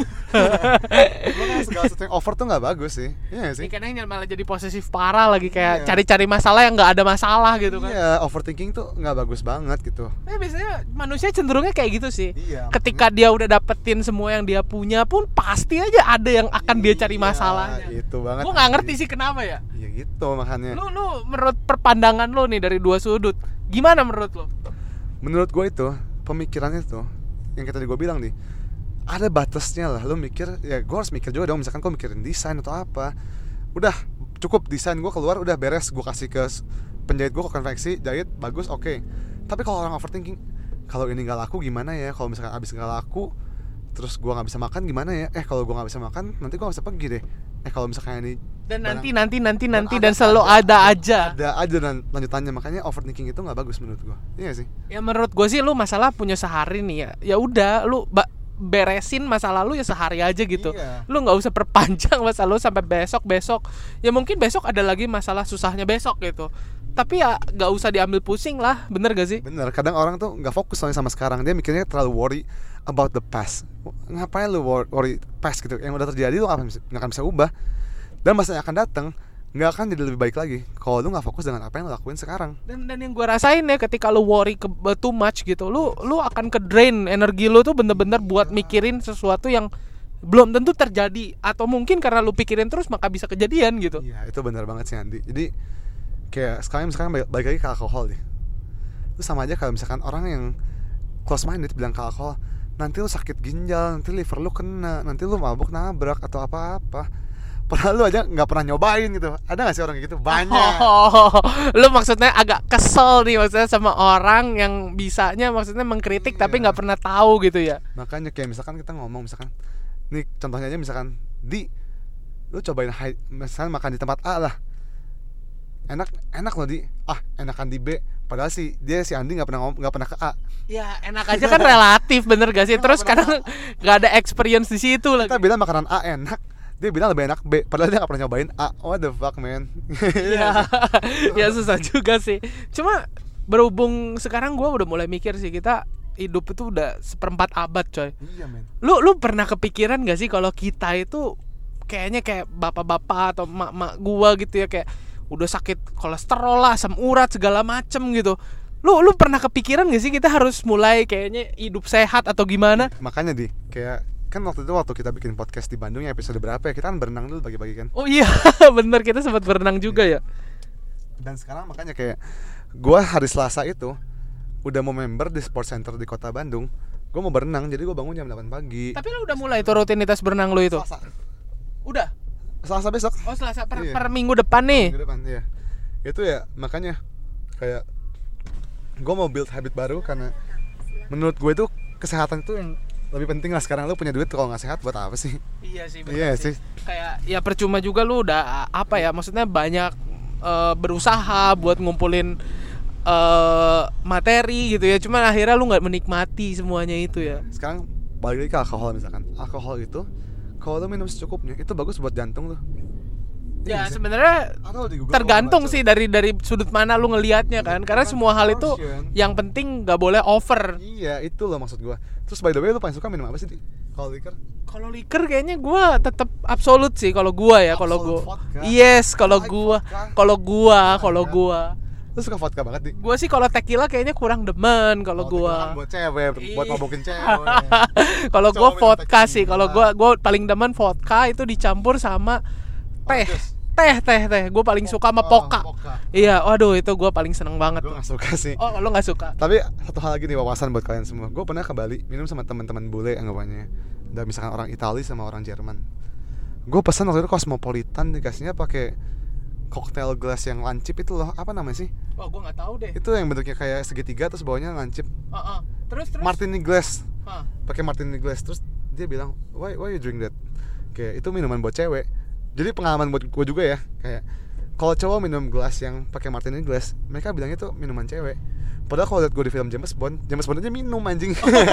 B: Makanya segala sesuatu yang over tuh nggak bagus sih, iya
C: Ini
B: sih.
C: kadang malah jadi posesif parah lagi, kayak
B: Iya.
C: cari-cari masalah yang nggak ada masalah gitu kan.
B: Iya, overthinking tuh nggak bagus banget gitu.
C: Tapi biasanya manusia cenderungnya kayak gitu sih.
B: Iya.
C: Ketika dia udah dapetin semua yang dia punya pun pasti aja ada yang akan dia cari
B: Iya,
C: masalahnya.
B: Itu banget.
C: Gue nggak ngerti sih kenapa ya.
B: Iya gitu makanya.
C: Lu lu menurut perpandangan lu nih dari dua sudut, gimana menurut lu?
B: Menurut gue itu pemikiran itu yang kayak tadi gue bilang nih, ada batasnya lah. Lu mikir, ya gue harus mikir juga dong. Misalkan gue mikirin desain atau apa, udah cukup desain gue keluar udah beres, gue kasih ke penjahit gue, ke konveksi, jahit bagus, oke okay. Tapi kalau orang overthinking, kalau ini nggak laku gimana ya, kalau misalkan abis nggak laku terus gue nggak bisa makan gimana ya, eh kalau gue nggak bisa makan nanti gue nggak bisa pergi deh, eh kalau misalkan ini
C: Dan
B: barang-
C: nanti nanti nanti
B: dan
C: nanti
B: ada-
C: dan selalu ada, aja.
B: ada aja dan lanjutannya. Makanya overthinking itu nggak bagus menurut gue, iya sih.
C: Ya menurut gue sih lu masalah punya sehari nih ya. Ya udah lu ba- beresin masa lalu ya sehari aja gitu.
B: Iya.
C: Lu nggak usah perpanjang masa lalu sampai besok besok. Ya mungkin besok ada lagi masalah susahnya besok gitu. Tapi ya nggak usah diambil pusing lah, bener gak sih?
B: Bener, kadang orang tuh nggak fokus soalnya sama sekarang, dia mikirnya terlalu worry about the past. Ngapain lu wor- worry past gitu? Yang udah terjadi lu nggak akan bisa, nggak akan bisa ubah. Dan masa yang akan datang nggak akan jadi lebih baik lagi kalau lu nggak fokus dengan apa yang lu lakuin sekarang.
C: Dan dan yang gue rasain ya ketika lu worry ke too much gitu, lu lu akan ke drain energi lu tuh bener-bener buat mikirin sesuatu yang belum tentu terjadi, atau mungkin karena lu pikirin terus maka bisa kejadian gitu.
B: Iya, itu benar banget sih Andi. Jadi kayak sekarang misalkan balik, balik lagi ke alkohol deh. Itu sama aja kalau misalkan orang yang close minded bilang ke alkohol, nanti lu sakit ginjal, nanti liver lu kena, nanti lu mabuk nabrak atau apa-apa. Padahal lu aja nggak pernah nyobain gitu. Ada nggak sih orang kayak gitu? Banyak.
C: Oh, lu maksudnya agak kesel nih maksudnya sama orang yang bisanya maksudnya mengkritik
B: Iya.
C: tapi nggak pernah tahu gitu ya.
B: Makanya kayak misalkan kita ngomong misalkan, nih contohnya aja misalkan di, lu cobain high, misalkan makan di tempat A lah, enak enak loh di, ah enakan di B. Padahal si dia si Andi nggak pernah ngom- nggak pernah ke A.
C: Ya enak aja kan relatif, bener gak sih? Terus kadang nggak ada experience di situ lagi.
B: Kita bilang makanan A enak, dia bilang lebih enak B, padahal dia nggak pernah nyobain A. What the fuck man?
C: Iya, ya susah juga sih. Cuma berhubung sekarang gue udah mulai mikir sih, kita hidup itu udah seperempat abad coy.
B: Iya men.
C: Lu lu pernah kepikiran gak sih kalau kita itu kayaknya kayak bapak-bapak atau mak-mak gua gitu ya, kayak udah sakit kolesterol lah, asam urat segala macem gitu. Lu lu pernah kepikiran gak sih kita harus mulai kayaknya hidup sehat atau gimana?
B: Makanya di kayak kan waktu itu waktu kita bikin podcast di Bandung ya, episode berapa ya, kita kan berenang dulu bagi-bagi kan.
C: Oh iya, bener, kita sempat berenang juga ya.
B: Dan sekarang makanya kayak gua hari Selasa itu udah mau member di sport center di kota Bandung. Gue mau berenang, jadi gue bangun jam delapan pagi.
C: Tapi lu udah mulai tuh rutinitas berenang lu itu?
B: Selasa.
C: Udah?
B: Selasa besok.
C: Oh Selasa per,
B: Iya.
C: per minggu depan nih.
B: Minggu depan, iya. Itu ya makanya kayak gue mau build habit baru, karena menurut gue itu kesehatan itu yang lebih penting lah sekarang. Lu punya duit kalau nggak sehat buat apa sih?
C: Iya sih, bener
B: Iya
C: sih.
B: sih.
C: Kayak ya percuma juga lu udah apa ya, maksudnya banyak eh, berusaha buat ngumpulin eh, materi gitu ya, cuman akhirnya lu nggak menikmati semuanya itu ya.
B: Sekarang balik lagi ke alkohol misalkan. Alkohol itu kalau lu minum secukupnya itu bagus buat jantung lu.
C: Ya
B: Iya sih.
C: sebenarnya
B: Atau di Google
C: tergantung
B: kalau
C: sih dari dari sudut mana lu ngelihatnya kan, karena semua hal itu
B: Proportion.
C: yang penting nggak boleh over.
B: Iya, itu loh maksud gua. Terus by the way, lu paling suka minum apa sih? Di? Kalau liquor?
C: Kalau liquor kayaknya gua tetap absolut sih kalau gua ya, kalau
B: Absolute
C: gua.
B: vodka.
C: Yes, kalau
B: I like
C: gua.
B: vodka.
C: Kalau gua,
B: Oh my
C: kalau
B: God.
C: gua.
B: Lu suka vodka banget di?
C: Gua sih kalau tequila kayaknya kurang demen kalau
B: Oh, tequila kan
C: gua.
B: buat cewek, buat
C: Ih.
B: mabokin cewek.
C: Kalau
B: Coba
C: gua
B: minum
C: vodka
B: tequila.
C: sih, kalau gua gua paling demen vodka itu dicampur sama teh.
B: Pedes.
C: Teh, teh, teh. Gua paling suka sama
B: Oh,
C: poka.
B: poka.
C: Iya, waduh itu gua paling seneng banget
B: Gue
C: tuh.
B: gak suka sih.
C: Oh, lo nggak suka?
B: Tapi satu hal lagi nih, wawasan buat kalian semua. Gue pernah ke Bali minum sama teman-teman bule anggapannya. Dan misalkan orang Itali sama orang Jerman. Gue pesan waktu itu Cosmopolitan, dikasihnya pakai cocktail glass yang lancip itu loh. Apa namanya sih?
C: Wah, gua nggak tahu deh.
B: Itu yang bentuknya kayak segitiga terus bawahnya lancip.
C: Heeh. Terus terus.
B: Martini glass.
C: Hah.
B: Pakai Martini glass. Terus dia bilang, why why you drink that? Kayak itu minuman buat cewek. Jadi pengalaman buat gue juga ya. Kayak kalau cowok minum gelas yang pakai Martini glass, mereka bilangnya itu minuman cewek. Padahal kalau liat gue di film James Bond, James Bond aja minum anjing.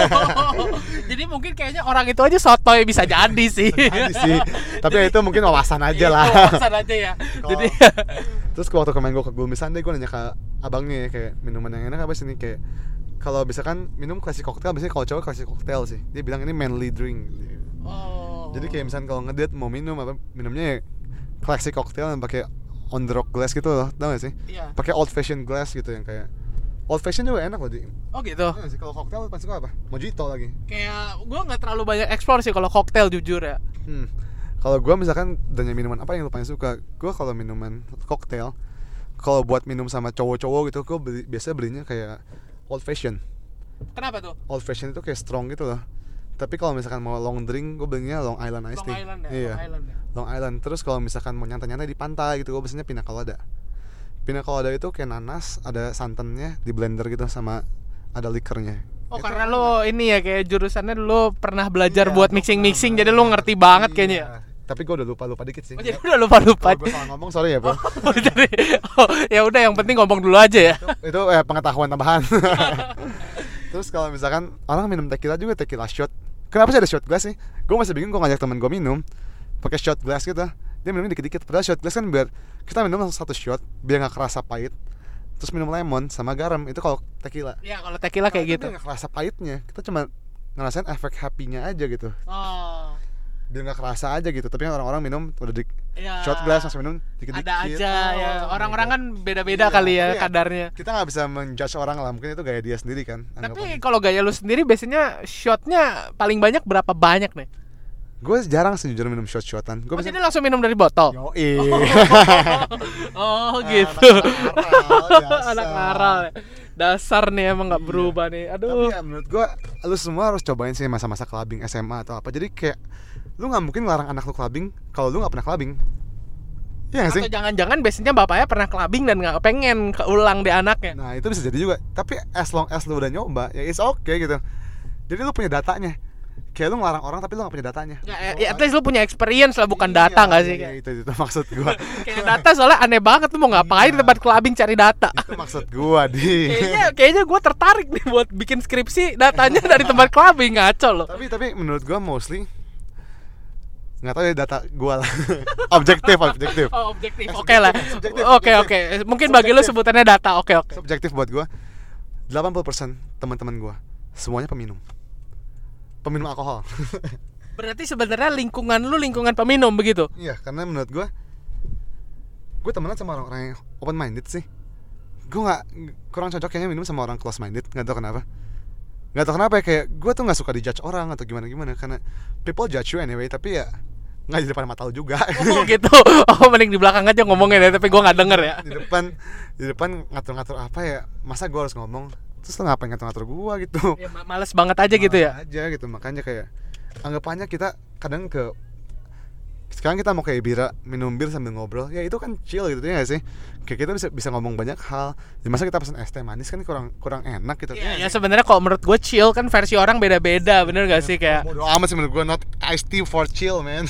C: Jadi mungkin kayaknya orang itu aja sotoy, bisa jadi sih.
B: Jadi sih. Tapi ya itu mungkin wawasan aja lah.
C: Itu wawasan aja ya.
B: Kalau-
C: Jadi
B: Terus waktu kemarin gue ke Gloomy Sunday, gue nanya ke abangnya ya, kayak minuman yang enak apa sih nih, kayak kalau misalkan minum classic cocktail, biasanya kalau cowok classic cocktail sih. Dia bilang ini manly drink.
C: oh.
B: Jadi kayak misalkan kalau ngedate mau minum apa, minumnya ya classic cocktail yang pakai on the rock glass gitu loh, tau gak sih?
C: Iya.
B: Pakai old fashion glass gitu yang kayak old fashion juga enak loh di.
C: Oh gitu.
B: Iya sih, kalau cocktail paling suka apa? Mojito lagi.
C: Kayak gue nggak terlalu banyak explore sih kalau koktail jujur ya.
B: Hmm. Kalau gue misalkan tanya minuman apa yang lu paling suka, gue kalau minuman cocktail, kalau buat minum sama cowok-cowok gitu, gue beli, biasa belinya kayak old fashion.
C: Kenapa tuh?
B: Old fashion itu kayak strong gitu loh. Tapi kalau misalkan mau long drink, gue belinya Long Island Iced
C: Long
B: Tea.
C: Island ya.
B: Iya.
C: Long Island ya.
B: Long Island. Terus kalau misalkan mau nyantai-nyantai di pantai gitu, gue biasanya pina colada. Pina colada itu kayak nanas, ada santannya di blender gitu sama ada likernya.
C: Oh
B: Itu
C: karena
B: enak.
C: lo ini ya kayak jurusannya lo pernah belajar
B: Iya,
C: buat
B: gua
C: mixing-mixing,
B: pernah.
C: jadi lo ngerti banget
B: Iya.
C: kayaknya ya.
B: Tapi gue udah lupa-lupa dikit sih.
C: Oh jadi udah lupa-lupa.
B: Kalau gue salah ngomong sorry ya bro.
C: Oh, jadi, oh, ya udah yang penting ngomong dulu aja ya.
B: itu eh, pengetahuan tambahan. Terus kalau misalkan orang minum tequila juga tequila shot, kenapa sih ada shot glass sih? Gue masih bingung, gue ngajak temen gue minum pakai shot glass gitu, dia minumnya dikit-dikit. Padahal shot glass kan biar kita minum langsung satu shot biar nggak kerasa pahit. Terus minum lemon sama garam, itu kalau tequila.
C: Ya kalau tequila kayak gitu.
B: Biar nggak kerasa pahitnya, kita cuma ngerasain efek happy-nya aja gitu.
C: Oh.
B: Biar nggak kerasa aja gitu. Tapi kan orang-orang minum udah di
C: Ya,
B: shot glass langsung minum dikit-dikit.
C: ada aja
B: Oh,
C: ya.
B: oh
C: Orang-orang
B: my
C: kan beda-beda
B: Iya,
C: kali ya
B: iya.
C: kadarnya.
B: God. Kita nggak bisa menjudge orang lah, mungkin itu gaya dia sendiri kan.
C: Tapi kalau gaya lu sendiri biasanya shotnya paling banyak berapa banyak nih?
B: gue jarang sejujurnya minum shot-shotan. Gue
C: Oh, jadi langsung minum dari botol?
B: Yoi.
C: Oh gitu.
B: Anak
C: Anak ngaral ya. Dasar nih emang nggak
B: Iya.
C: berubah nih.
B: Tapi
C: Aduh.
B: ya menurut gue, lu semua harus cobain sih masa-masa clubbing S M A atau apa. Jadi kayak lu nggak mungkin larang anak lu clubbing kalau lu nggak pernah clubbing. Iya nggak sih?
C: Atau jangan-jangan biasanya bapaknya pernah clubbing dan nggak pengen keulang di anaknya.
B: Nah itu bisa jadi juga. Tapi as long as lu udah nyoba, ya it's okay gitu. Jadi lu punya datanya. Kayak lu ngelarang orang tapi lu gak punya datanya.
C: Ya, ya, at least lu punya experience lah, bukan data nggak sih?
B: Iya, itu, itu maksud gua.
C: Kayak data soalnya aneh banget, lu mau ngapain di tempat clubbing cari data?
B: Itu maksud gua di.
C: Kayaknya kayaknya gue tertarik nih buat bikin skripsi datanya dari tempat clubbing, ngaco loh.
B: Tapi tapi menurut gua mostly nggak tahu ya data gua lah. objektif objektif.
C: Oh, objektif. Oke lah.
B: Subjektif,
C: Oke
B: subjektif.
C: oke. Mungkin bagi lu sebutannya data. Oke oke.
B: Subjektif buat gua. delapan puluh persen teman-teman gua semuanya peminum. Peminum alkohol.
C: Berarti sebenarnya lingkungan lu lingkungan peminum begitu?
B: Iya, karena menurut gua gua temenan sama orang-orang yang open minded sih. Gua nggak kurang cocok kayaknya minum sama orang close minded, nggak tahu kenapa. Nggak tahu kenapa ya, kayak gua tuh nggak suka dijudge orang atau gimana gimana karena people judge you anyway, tapi ya nggak di depan mata lu juga.
C: Oh gitu. Oh mending di belakang aja ngomongin ya, tapi gua nggak denger ya.
B: Di depan di depan ngatur-ngatur apa ya? Masa gua harus ngomong? Terus lu ngapain ngatur-ngatur gua gitu?
C: Ya, ma- males banget aja gitu ya.
B: Malah aja gitu, makanya kayak anggapannya kita kadang ke sekarang kita mau kayak bira, minum bir sambil ngobrol, ya itu kan chill gitu ya nggak sih? Kayak kita bisa bisa ngomong banyak hal. Ya, masa kita pesen es teh manis kan kurang kurang enak gitu.
C: Ya, ya sebenarnya kalau menurut gue chill kan versi orang beda-beda, bener gak sih kayak?
B: Bodo amat sih menurut gue, not iced tea for chill man.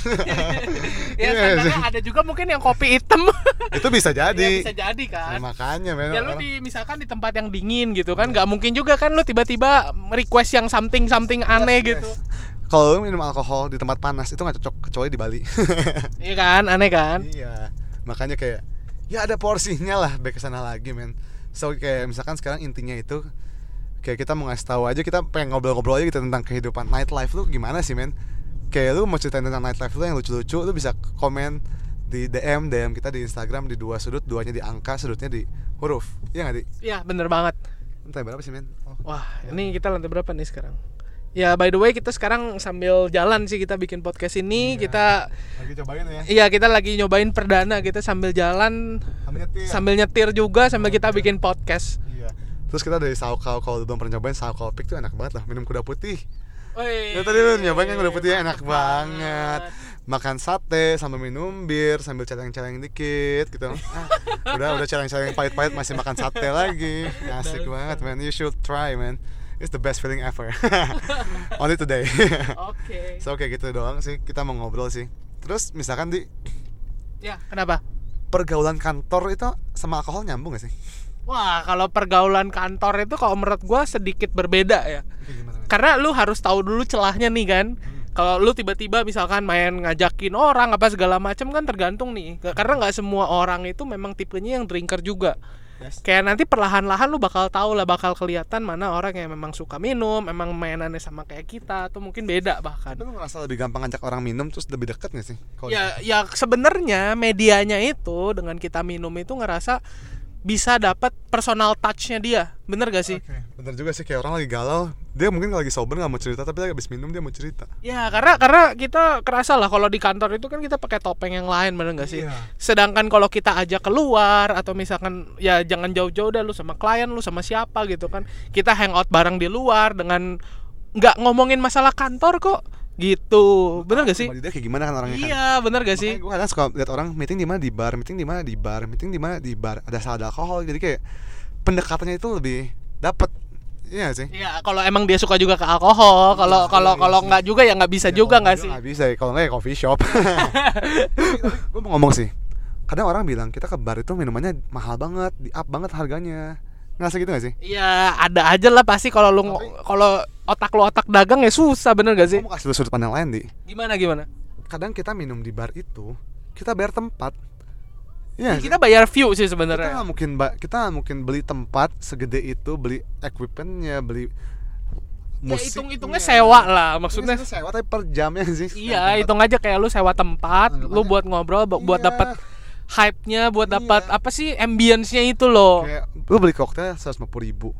C: Ya
B: Iya
C: sebenarnya
B: sih.
C: ada juga mungkin yang kopi hitam.
B: Itu bisa jadi.
C: Ya bisa jadi kan.
B: Ya, makanya man.
C: Ya lu
B: orang-
C: di misalkan di tempat yang dingin gitu kan, nggak mungkin juga kan lu tiba-tiba request yang something something aneh
B: Yes,
C: gitu.
B: yes. Kalau lu minum alkohol di tempat panas itu nggak cocok kecuali di Bali.
C: Iya kan, aneh kan?
B: Iya, makanya kayak ya ada porsinya lah, baik kesana lagi men. So kayak misalkan sekarang intinya itu kayak kita mau ngasih tahu aja, kita pengen ngobrol-ngobrol aja gitu tentang kehidupan nightlife lu gimana sih men. Kayak lu mau ceritain tentang nightlife lu yang lucu-lucu, lu bisa komen di D M D M kita di Instagram di dua sudut, duanya di angka, sudutnya di huruf. Iya nggak di?
C: Iya bener banget.
B: Lantai berapa sih men? Oh.
C: Wah ini kita lantai berapa nih sekarang? Ya by the way kita sekarang sambil jalan sih kita bikin podcast ini.
B: Iya.
C: Kita
B: Lagi cobain ya.
C: iya kita lagi nyobain perdana, kita sambil jalan
B: Sambil nyetir.
C: sambil nyetir juga sambil kita bikin podcast.
B: Iya. Terus kita dari Saukau, kalau lu belum pernah nyobain Saukau Peak tuh enak banget lah, minum kuda putih.
C: Woi,
B: Ya tadi lu nyobain kan kuda putih enak banget. Makan sate sambil minum bir sambil celeng-celeng dikit gitu. Ah, udah udah celeng-celeng pahit-pahit masih makan sate lagi. Asik banget man. You should try man. It's the best feeling ever. Only today.
C: Oke.
B: So kayak gitu doang sih. Kita mau ngobrol sih. Terus misalkan di
C: Ya kenapa?
B: pergaulan kantor itu sama alkohol nyambung gak sih?
C: Wah kalau pergaulan kantor itu kalau menurut gua sedikit berbeda ya. Karena lu harus tahu dulu celahnya nih kan. Kalau lu tiba-tiba misalkan main ngajakin orang apa segala macam kan tergantung nih. Karena nggak semua orang itu memang tipenya yang drinker juga.
B: Yes.
C: Kayak nanti perlahan-lahan lu bakal tahu lah, bakal kelihatan mana orang yang memang suka minum, memang mainannya sama kayak kita atau mungkin beda bahkan.
B: Tapi lu ngerasa lebih gampang ngajak orang minum terus lebih deket gak sih? Kalau
C: Ya ya sebenarnya medianya itu dengan kita minum itu ngerasa bisa dapat personal touch-nya dia. Bener gak sih?
B: Oke, bener juga sih, kayak orang lagi galau, dia mungkin kalau lagi sober nggak mau cerita, tapi lagi habis minum dia mau cerita.
C: Ya karena karena kita kerasa lah kalau di kantor itu kan kita pakai topeng yang lain, bener gak sih?
B: Iya.
C: Sedangkan kalau kita ajak keluar atau misalkan ya jangan jauh-jauh dah lu sama klien lu sama siapa gitu kan, kita hangout bareng di luar dengan nggak ngomongin masalah kantor kok gitu, bener gak sih?
B: Sama dia kayak gimana kan orangnya kan?
C: Iya bener gak sih?
B: Gue kadang suka lihat orang meeting di mana di bar, meeting di mana di bar, meeting di mana di bar, ada salad alkohol, jadi kayak pendekatannya itu lebih dapet. Iya gak sih?
C: Iya kalau emang dia suka juga ke alkohol, kalau
B: Iya,
C: kalau
B: iya
C: kalau
B: sih.
C: nggak juga ya nggak bisa
B: Ya,
C: juga
B: kalau
C: nggak
B: dia
C: sih?
B: Nggak bisa, ya. Kalau nggak ya coffee shop. Gue mau ngomong sih, kadang orang bilang kita ke bar itu minumannya mahal banget, di up banget harganya. Ngerasa gitu gak sih?
C: Iya ada aja lah pasti kalau lu ngo-
B: Tapi-
C: kalau otak lo otak dagang ya susah, bener gak sih?
B: Kamu kasih lu sudut pandang lain, Di.
C: Gimana gimana?
B: Kadang kita minum di bar itu, kita bayar tempat. Iya,
C: Kita bayar view sih
B: kita
C: sebenarnya.
B: nggak mungkin ba- kita nggak mungkin beli tempat segede itu, beli equipmentnya, beli
C: Ya
B: musik.
C: hitung-hitungnya sewa lah maksudnya.
B: sewa tapi per jamnya sih.
C: Iya, hitung aja kayak lu sewa tempat,
B: Anggapannya-
C: lu buat ngobrol, bu- buat
B: Iya.
C: dapat hype-nya, buat
B: Iya.
C: dapat apa sih ambience-nya itu loh.
B: Kayak lu beli koktail seratus lima puluh ribu,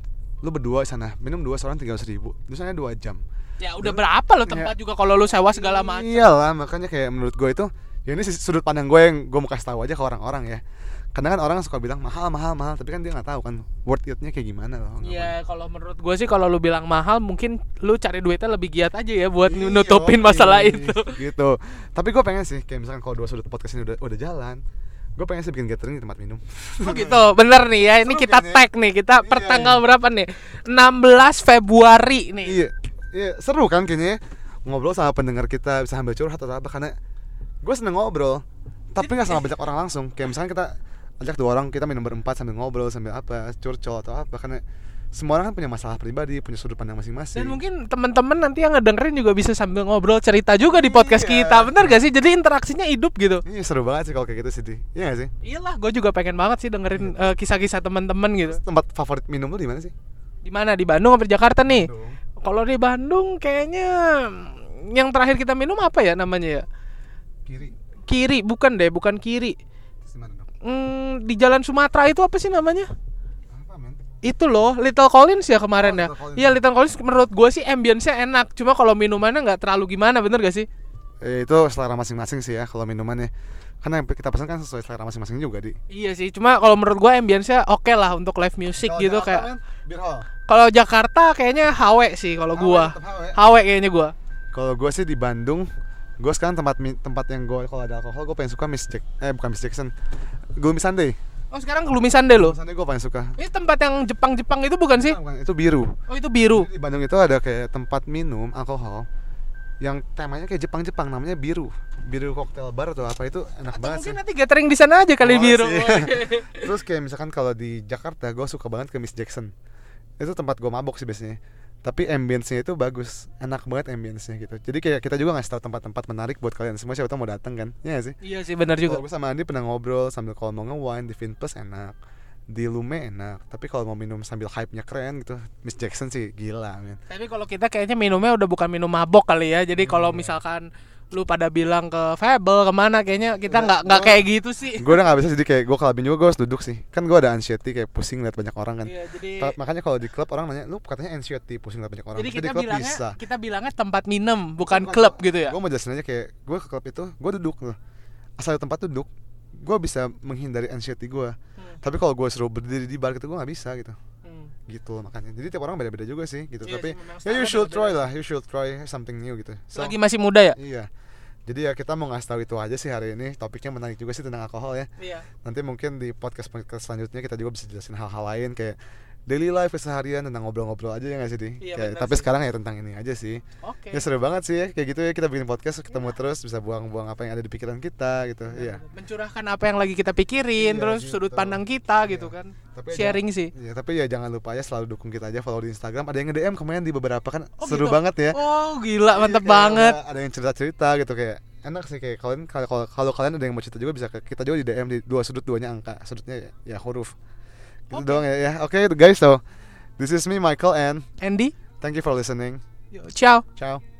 B: lu berdua sana minum dua seorang tiga ratus ribu, di sana dua jam.
C: Ya udah berapa lo tempat juga kalau lu sewa segala macam.
B: Iyalah, makanya kayak menurut gue itu, ya ini sudut pandang gue yang gue mau kasih tahu aja ke orang-orang ya. Karena kan orang suka bilang mahal mahal mahal, tapi kan dia nggak tahu kan worth it-nya kayak gimana loh.
C: Iya, kalau menurut gue sih kalau lu bilang mahal mungkin lu cari duitnya lebih giat aja ya buat
B: Iya,
C: nutupin masalah
B: iya,
C: itu.
B: Gitu. Tapi gue pengen sih kayak misalkan kalau dua sudut podcast ini udah udah jalan, gue pengen sih bikin gathering di tempat minum.
C: Oh gitu, bener nih ya. Ini
B: Seru
C: kita
B: kan ya?
C: tag nih, kita per
B: Iya,
C: tanggal
B: iya.
C: berapa nih? enam belas Februari nih.
B: Iya, iya seru kan kayaknya ngobrol sama pendengar kita, bisa sambil curhat atau apa, karena gue seneng ngobrol, tapi nggak sama banyak orang langsung. Kayak misalnya kita ajak dua orang, kita minum berempat sambil ngobrol sambil apa, curcol atau apa, karena semua orang kan punya masalah pribadi, punya sudut pandang masing-masing.
C: Dan mungkin teman-teman nanti yang ngedengerin juga bisa sambil ngobrol cerita juga di podcast
B: Iya.
C: kita, bener gak sih? Jadi interaksinya hidup gitu.
B: Iya seru banget sih kalau kayak gitu sih, Di. Iya gak sih?
C: Iyalah, gue juga pengen banget sih dengerin eh, kisah-kisah teman-teman gitu.
B: Tempat favorit minum lu di mana sih?
C: Di mana? Di Bandung apa di Jakarta nih?
B: Bandung.
C: Kalau di Bandung kayaknya yang terakhir kita minum apa ya namanya ya?
B: Kiri.
C: Kiri, bukan deh, bukan kiri.
B: Terus di mana dong?
C: Hmm, di Jalan Sumatera itu apa sih namanya?
B: Apa men?
C: Itu loh, Little Collins ya kemarin
B: Oh,
C: ya.
B: Little Collins.
C: Iya, Little Collins menurut gue sih ambience-nya enak. Cuma kalau minumannya nggak terlalu gimana, bener gak sih?
B: Eh, itu selera masing-masing sih ya kalau minumannya. Karena yang kita pesan kan sesuai selera masing-masing juga, Di.
C: Iya sih, cuma kalau menurut gue ambience-nya oke lah untuk live music
B: Kalau
C: gitu
B: Jakarta,
C: kayak.
B: men, beer hall.
C: Kalau Jakarta kayaknya H W sih kalau
B: H W,
C: gua.
B: tetep H W.
C: H W kayaknya gua.
B: Kalau gue sih di Bandung, gue sekarang tempat mi- tempat yang gue kalau ada alkohol gue paling suka Miss Jack, eh bukan Miss Jackson, Gloomy Sunday.
C: Oh, sekarang kelumisan deh lo.
B: Gloomy Sunday gue paling suka.
C: Ini tempat yang Jepang-Jepang itu bukan sih?
B: Bukan, itu biru.
C: Oh, itu biru.
B: Jadi di Bandung itu ada kayak tempat minum alkohol yang temanya kayak Jepang-Jepang, namanya biru, biru cocktail bar atau apa, itu enak
C: Atau
B: banget
C: mungkin
B: sih.
C: nanti gathering di sana aja kali
B: Boleh
C: biru.
B: sih. Terus kayak misalkan kalau di Jakarta gue suka banget ke Miss Jackson. Itu tempat gue mabok sih biasanya. Tapi ambience-nya itu bagus, enak banget ambience-nya gitu. Jadi kayak kita juga ngasih tahu tempat-tempat menarik buat kalian semua, siapa tahu mau datang kan. Iya gak sih?
C: Iya sih, benar juga.
B: Kalau gue sama Andi pernah ngobrol sambil kalau mau nge-wine di Vinplus enak, di Lume enak. Tapi kalau mau minum sambil hype-nya keren gitu, Miss Jackson sih gila men.
C: Tapi kalau kita kayaknya minumnya udah bukan minum mabok kali ya. Jadi kalau
B: Iya.
C: misalkan lu pada bilang ke Fable kemana, kayaknya kita
B: Udah,
C: nggak nggak
B: gua-
C: kayak gitu sih.
B: Gue udah gak bisa, jadi kayak gue kelabin juga, gue harus duduk sih. Kan gue ada anxiety, kayak pusing liat banyak orang kan.
C: Iya, jadi
B: Ta- Makanya kalau di klub orang nanya, lu katanya anxiety, pusing liat banyak orang.
C: jadi
B: Tapi
C: kita
B: di klub
C: bilangnya
B: bisa.
C: kita bilangnya tempat minum, bukan klub gitu ya.
B: Gue mau jelasin aja kayak gue ke klub itu, gue duduk loh. Asal di tempat duduk, gue bisa menghindari anxiety gue.
C: Hmm.
B: Tapi kalau gue suruh berdiri di bar gitu, gue nggak bisa gitu.
C: Hmm.
B: Gitu loh makanya. Jadi tiap orang beda-beda juga sih gitu.
C: Iya
B: Tapi
C: sih, memang
B: ya you
C: style-nya
B: should try
C: beda-beda.
B: lah, you should try something new gitu. So,
C: Lagi masih muda ya?
B: iya. Jadi ya kita mau ngasih tahu itu aja sih hari ini. Topiknya menarik juga sih tentang alkohol ya.
C: Iya.
B: Nanti mungkin di podcast-podcast selanjutnya kita juga bisa jelasin hal-hal lain kayak daily life keseharian, tentang ngobrol-ngobrol aja ya nggak sih, Di?
C: Iya,
B: Kayak,
C: benar
B: tapi
C: sih.
B: sekarang ya tentang ini aja sih.
C: Oke.
B: Ya seru banget sih ya, kayak gitu ya kita bikin podcast, ketemu
C: Iya.
B: terus, bisa buang-buang apa yang ada di pikiran kita gitu. Iya.
C: Mencurahkan apa yang lagi kita pikirin,
B: Iya,
C: terus
B: gitu.
C: sudut pandang kita
B: Iya.
C: gitu kan.
B: Tapi ya
C: Sharing
B: jangan-
C: sih.
B: Iya, tapi ya jangan lupa ya selalu dukung kita aja, follow di Instagram. Ada yang nge-D M kemarin di beberapa kan,
C: Oh,
B: seru
C: gitu?
B: banget ya.
C: Oh, gila,
B: Iya,
C: mantep
B: kayak
C: banget.
B: Ada, ada yang cerita-cerita gitu, kayak enak sih, kayak kalian kalau kalau- kalau kalian ada yang mau cerita juga bisa ke kita juga di D M, di dua sudut, duanya angka, sudutnya ya, ya huruf. Gitu
C: Oke.
B: doang ya. Ya, oke guys, so this is me Michael and
C: Andy,
B: thank you for listening.
C: yo, ciao.
B: Ciao.